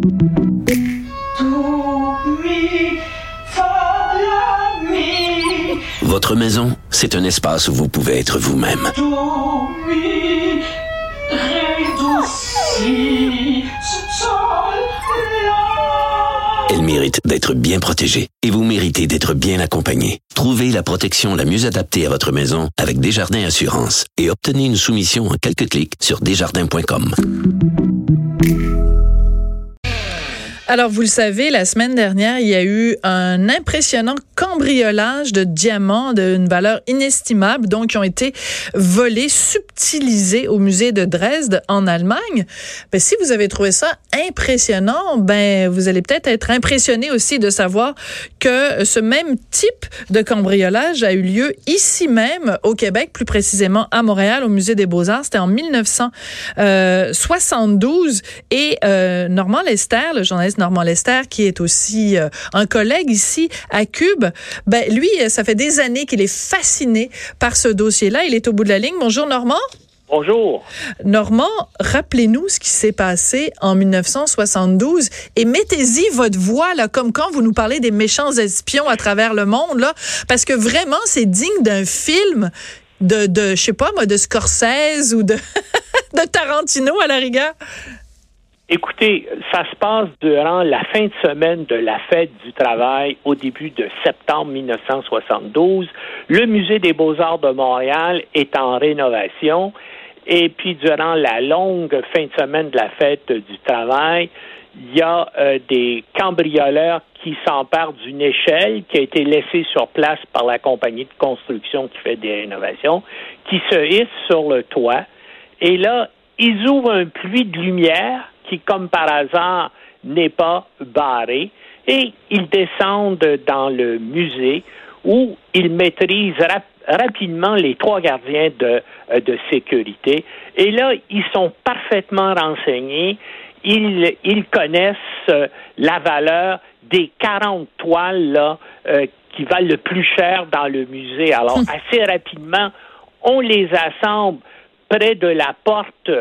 Votre maison, c'est un espace où vous pouvez être vous-même. Elle mérite d'être bien protégée et vous méritez d'être bien accompagné. Trouvez la protection la mieux adaptée à votre maison avec Desjardins Assurance et obtenez une soumission en quelques clics sur desjardins.com. Alors, vous le savez, la semaine dernière, il y a eu un impressionnant cambriolage de diamants d'une valeur inestimable, donc qui ont été volés, subtilisés au musée de Dresde en Allemagne. Ben, si vous avez trouvé ça impressionnant, ben vous allez peut-être être impressionné aussi de savoir que ce même type de cambriolage a eu lieu ici même au Québec, plus précisément à Montréal, au musée des Beaux-Arts. C'était en 1972 et Normand Lester, le journaliste Normand Lester, qui est aussi un collègue ici à Cube, ben lui, ça fait des années qu'il est fasciné par ce dossier-là. Il est au bout de la ligne. Bonjour Normand. Bonjour. Normand, rappelez-nous ce qui s'est passé en 1972 et mettez-y votre voix là, comme quand vous nous parlez des méchants espions à travers le monde là, parce que vraiment c'est digne d'un film de je sais pas moi, de Scorsese ou de de Tarantino à la rigueur. Écoutez, ça se passe durant la fin de semaine de la fête du travail au début de septembre 1972. Le Musée des Beaux-Arts de Montréal est en rénovation et puis durant la longue fin de semaine de la fête du travail, il y a des cambrioleurs qui s'emparent d'une échelle qui a été laissée sur place par la compagnie de construction qui fait des rénovations, qui se hisse sur le toit et là, ils ouvrent un puits de lumière qui, comme par hasard, n'est pas barré, et ils descendent dans le musée où ils maîtrisent rapidement les 3 gardiens de sécurité. Et là, ils sont parfaitement renseignés. Ils connaissent la valeur des 40 toiles là, qui valent le plus cher dans le musée. Alors, assez rapidement, on les assemble près de la porte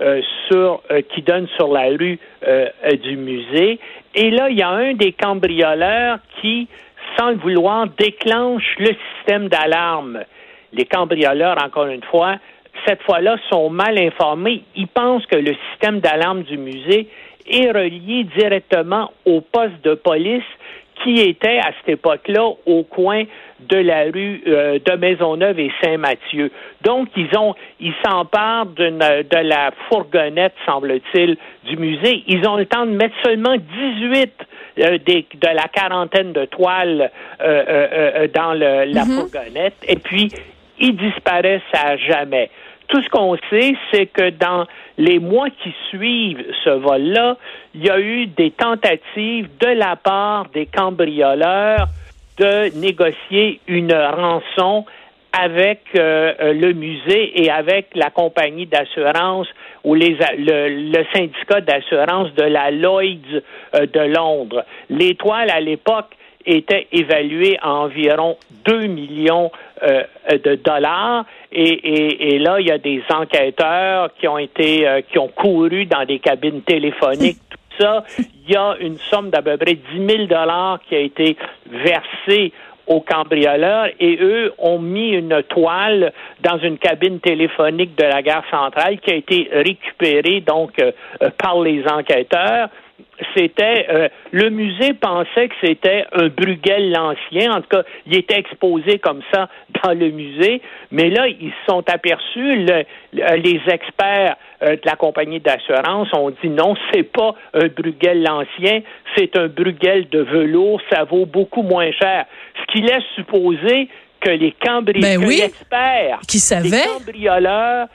qui donne sur la rue du musée. Et là, il y a un des cambrioleurs qui, sans le vouloir, déclenche le système d'alarme. Les cambrioleurs, encore une fois, cette fois-là, sont mal informés. Ils pensent que le système d'alarme du musée est relié directement au poste de police qui était à cette époque-là au coin de la rue de Maisonneuve et Saint-Mathieu. Donc, ils s'emparent de la fourgonnette, semble-t-il, du musée. Ils ont le temps de mettre seulement 18 de la quarantaine de toiles dans la fourgonnette, et puis ils disparaissent à jamais. Tout ce qu'on sait, c'est que dans les mois qui suivent ce vol-là, il y a eu des tentatives de la part des cambrioleurs de négocier une rançon avec le musée et avec la compagnie d'assurance ou le syndicat d'assurance de la Lloyd's de Londres. Les toiles, à l'époque, étaient évaluées à environ 2 millions de dollars. Et là, il y a des enquêteurs qui ont couru dans des cabines téléphoniques, tout ça. Il y a une somme d'à peu près 10 000 dollars qui a été versée aux cambrioleurs et eux ont mis une toile dans une cabine téléphonique de la gare centrale qui a été récupérée donc par les enquêteurs. C'était le musée pensait que c'était un Bruegel l'Ancien. En tout cas, il était exposé comme ça dans le musée. Mais là, ils se sont aperçus, les experts de la compagnie d'assurance ont dit non, c'est pas un Bruegel l'Ancien, c'est un Bruegel de velours, ça vaut beaucoup moins cher. Ce qui laisse supposer que les experts, qui savaient, les cambrioleurs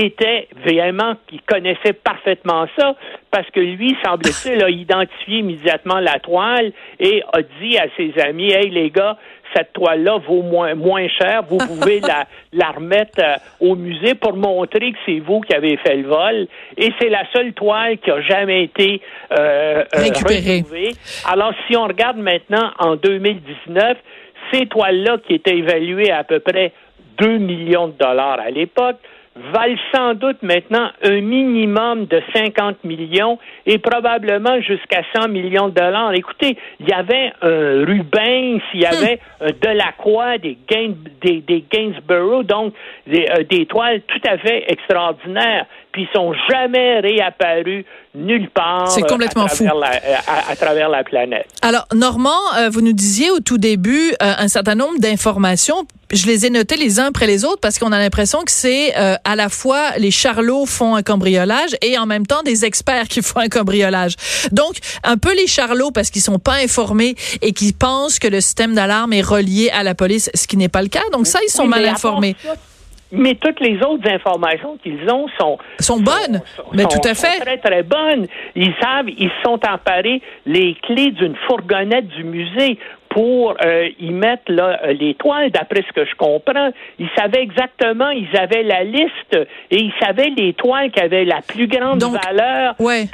qui connaissait parfaitement ça, parce que lui, semble-t-il, a identifié immédiatement la toile et a dit à ses amis, « Hey, les gars, cette toile-là vaut moins cher, vous pouvez la remettre au musée pour montrer que c'est vous qui avez fait le vol. » Et c'est la seule toile qui a jamais été récupérée. Retrouvée. Alors, si on regarde maintenant en 2019, ces toiles-là qui étaient évaluées à peu près 2 millions de dollars à l'époque, valent sans doute maintenant un minimum de 50 millions et probablement jusqu'à 100 millions de dollars. Écoutez, il y avait un Rubens, il y avait un Delacroix, des Gainsborough, donc des toiles tout à fait extraordinaires. Puis ils sont jamais réapparus nulle part. C'est complètement fou. À travers la planète. Alors, Normand, vous nous disiez au tout début un certain nombre d'informations. Je les ai notées les uns après les autres parce qu'on a l'impression que c'est à la fois les charlots font un cambriolage et en même temps des experts qui font un cambriolage. Donc, un peu les charlots parce qu'ils sont pas informés et qui pensent que le système d'alarme est relié à la police, ce qui n'est pas le cas. Donc ça, ils sont mal informés. Mais toutes les autres informations qu'ils ont sont bonnes. Mais tout à fait. Sont très, très bonnes. Ils savent, ils se sont emparés les clés d'une fourgonnette du musée pour y mettre là, les toiles, d'après ce que je comprends. Ils savaient exactement, ils avaient la liste et ils savaient les toiles qui avaient la plus grande valeur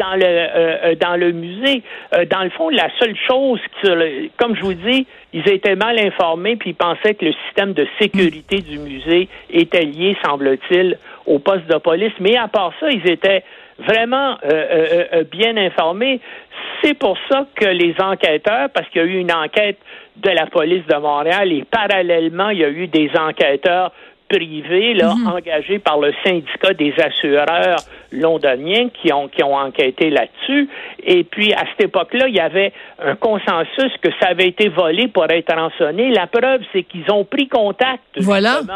dans le musée. Dans le fond, la seule chose, comme je vous dis, ils étaient mal informés puis ils pensaient que le système de sécurité du musée était lié, semble-t-il, au poste de police. Mais à part ça, ils étaient vraiment bien informés. C'est pour ça que les enquêteurs, parce qu'il y a eu une enquête de la police de Montréal et parallèlement, il y a eu des enquêteurs privés là, engagés par le syndicat des assureurs londoniens qui ont enquêté là-dessus. Et puis, à cette époque-là, il y avait un consensus que ça avait été volé pour être rançonné. La preuve, c'est qu'ils ont pris contact justement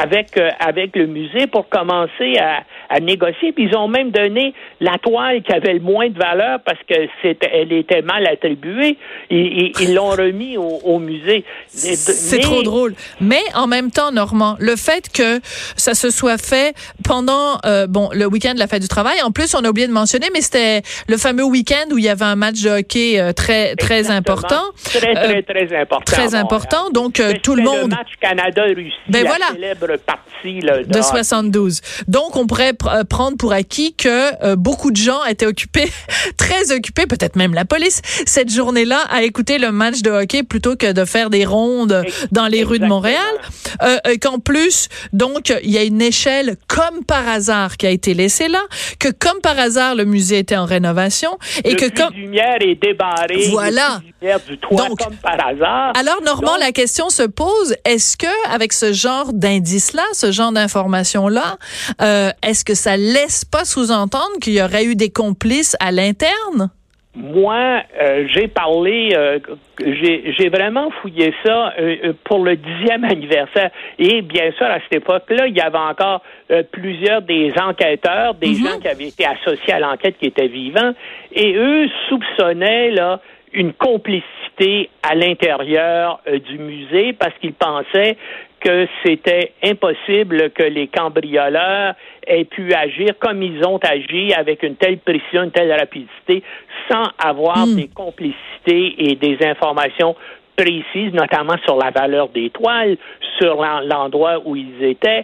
avec le musée pour commencer à négocier. Puis ils ont même donné la toile qui avait le moins de valeur parce que elle était mal attribuée. Ils l'ont remis au musée. C'est trop drôle. Mais en même temps, Normand, le fait que ça se soit fait pendant le week-end de la fête du travail, en plus, on a oublié de mentionner, mais c'était le fameux week-end où il y avait un match de hockey très important. Très important. Très important. Donc, tout le monde... le match Canada-Russie, célèbre partie là, de 72. Donc, on pourrait prendre pour acquis que beaucoup de gens étaient occupés, très occupés, peut-être même la police, cette journée-là, à écouter le match de hockey plutôt que de faire des rondes dans les rues de Montréal. Qu'en plus, donc, il y a une échelle comme par hasard qui a été laissée là, que comme par hasard, le musée était en rénovation et que comme... La lumière est débarrée. Voilà. Lumière du toit, donc, comme par hasard. Alors, Normand, la question se pose, est-ce que, avec ce genre d'indice-là, ce genre d'information-là, est-ce que ça laisse pas sous-entendre qu'il y aurait eu des complices à l'interne? Moi, j'ai parlé, j'ai vraiment fouillé ça pour le 10e anniversaire. Et bien sûr, à cette époque-là, il y avait encore plusieurs des enquêteurs, des gens qui avaient été associés à l'enquête qui étaient vivants. Et eux soupçonnaient là une complicité à l'intérieur du musée parce qu'ils pensaient que c'était impossible que les cambrioleurs aient pu agir comme ils ont agi avec une telle précision, une telle rapidité, sans avoir des complicités et des informations précises, notamment sur la valeur des toiles, sur l'endroit où ils étaient.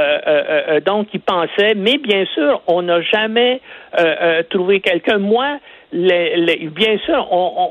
Donc, ils pensaient, mais bien sûr, on n'a jamais trouvé quelqu'un. Moi, bien sûr,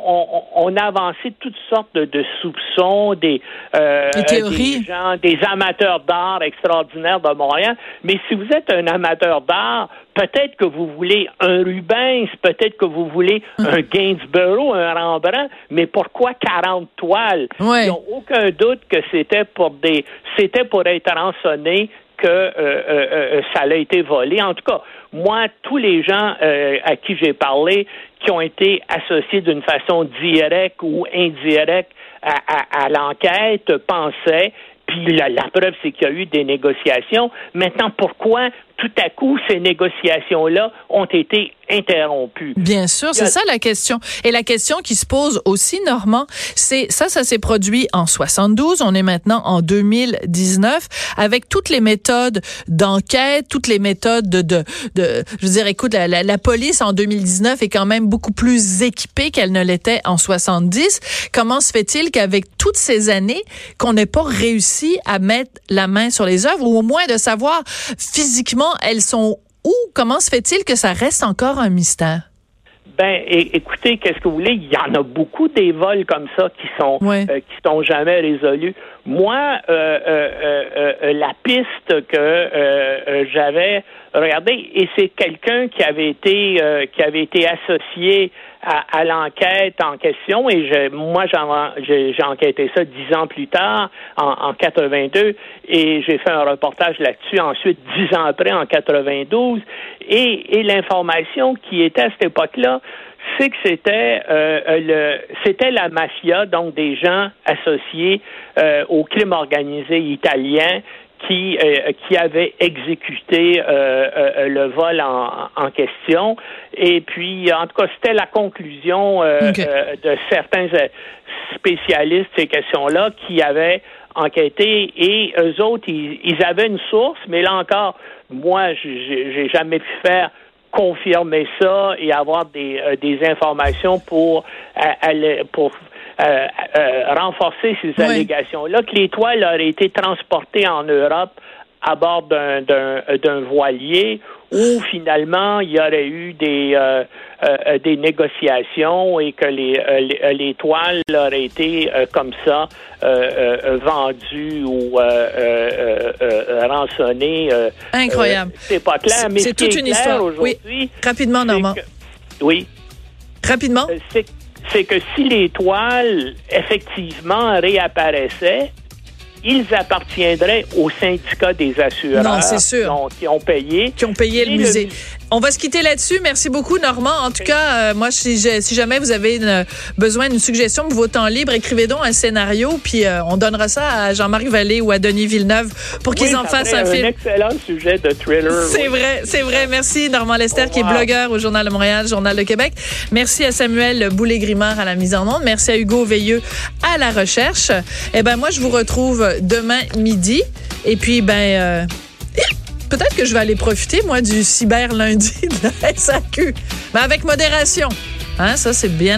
on a avancé toutes sortes de soupçons, des théories, des gens, des amateurs d'art extraordinaires de Montréal. Mais si vous êtes un amateur d'art, peut-être que vous voulez un Rubens, peut-être que vous voulez un Gainsborough, un Rembrandt, mais pourquoi 40 toiles? Ouais. Ils n'ont aucun doute que c'était pour être rançonné que ça a été volé. En tout cas, moi, tous les gens à qui j'ai parlé, qui ont été associés d'une façon directe ou indirecte à l'enquête, pensaient, puis la preuve, c'est qu'il y a eu des négociations. Maintenant, pourquoi tout à coup, ces négociations-là ont été interrompues? Bien sûr, c'est ça la question. Et la question qui se pose aussi, Normand, c'est ça s'est produit en 72. On est maintenant en 2019 avec toutes les méthodes d'enquête, toutes les méthodes je veux dire, écoute, la police en 2019 est quand même beaucoup plus équipée qu'elle ne l'était en 70. Comment se fait-il qu'avec toutes ces années, qu'on n'ait pas réussi à mettre la main sur les œuvres ou au moins de savoir physiquement elles sont où? Comment se fait-il que ça reste encore un mystère? Écoutez, qu'est-ce que vous voulez? Il y en a beaucoup des vols comme ça qui sont jamais résolus. Moi, la piste que j'avais regardée, et c'est quelqu'un qui avait été associé à l'enquête en question, et j'ai enquêté ça 10 ans plus tard, en 82, et j'ai fait un reportage là-dessus ensuite 10 ans après, en 92, et l'information qui était à cette époque-là, c'est que c'était la mafia, donc des gens associés au crime organisé italien qui avait exécuté le vol en question. Et puis, en tout cas, c'était la conclusion de certains spécialistes ces questions-là qui avaient enquêté. Et eux autres, ils avaient une source, mais là encore, moi, j'ai jamais pu faire confirmer ça et avoir des informations pour renforcer ces allégations-là, que les toiles auraient été transportées en Europe à bord d'un voilier, où finalement il y aurait eu des négociations et que les toiles auraient été comme ça vendues ou rançonnées. Incroyable. C'est pas clair, mais c'est toute une histoire aujourd'hui. Oui. Rapidement, Normand. Oui. Rapidement. C'est que si les toiles, effectivement, réapparaissaient, ils appartiendraient au syndicat des assureurs. Non, c'est sûr. Qui ont payé. Qui ont payé le musée. On va se quitter là-dessus. Merci beaucoup, Normand. En tout cas, moi, si jamais vous avez besoin d'une suggestion de vos temps libres, écrivez donc un scénario, puis on donnera ça à Jean-Marie Vallée ou à Denis Villeneuve pour qu'ils en fassent un film. Un excellent sujet de thriller. C'est vrai. Merci, Normand Lester, qui est blogueur au Journal de Montréal, Journal de Québec. Merci à Samuel Boulay-Grimard à la mise en onde. Merci à Hugo Veilleux à la recherche. Moi, je vous retrouve demain midi. Et puis, peut-être que je vais aller profiter, moi, du cyber lundi de la SAQ. Mais avec modération. Ça, c'est bien.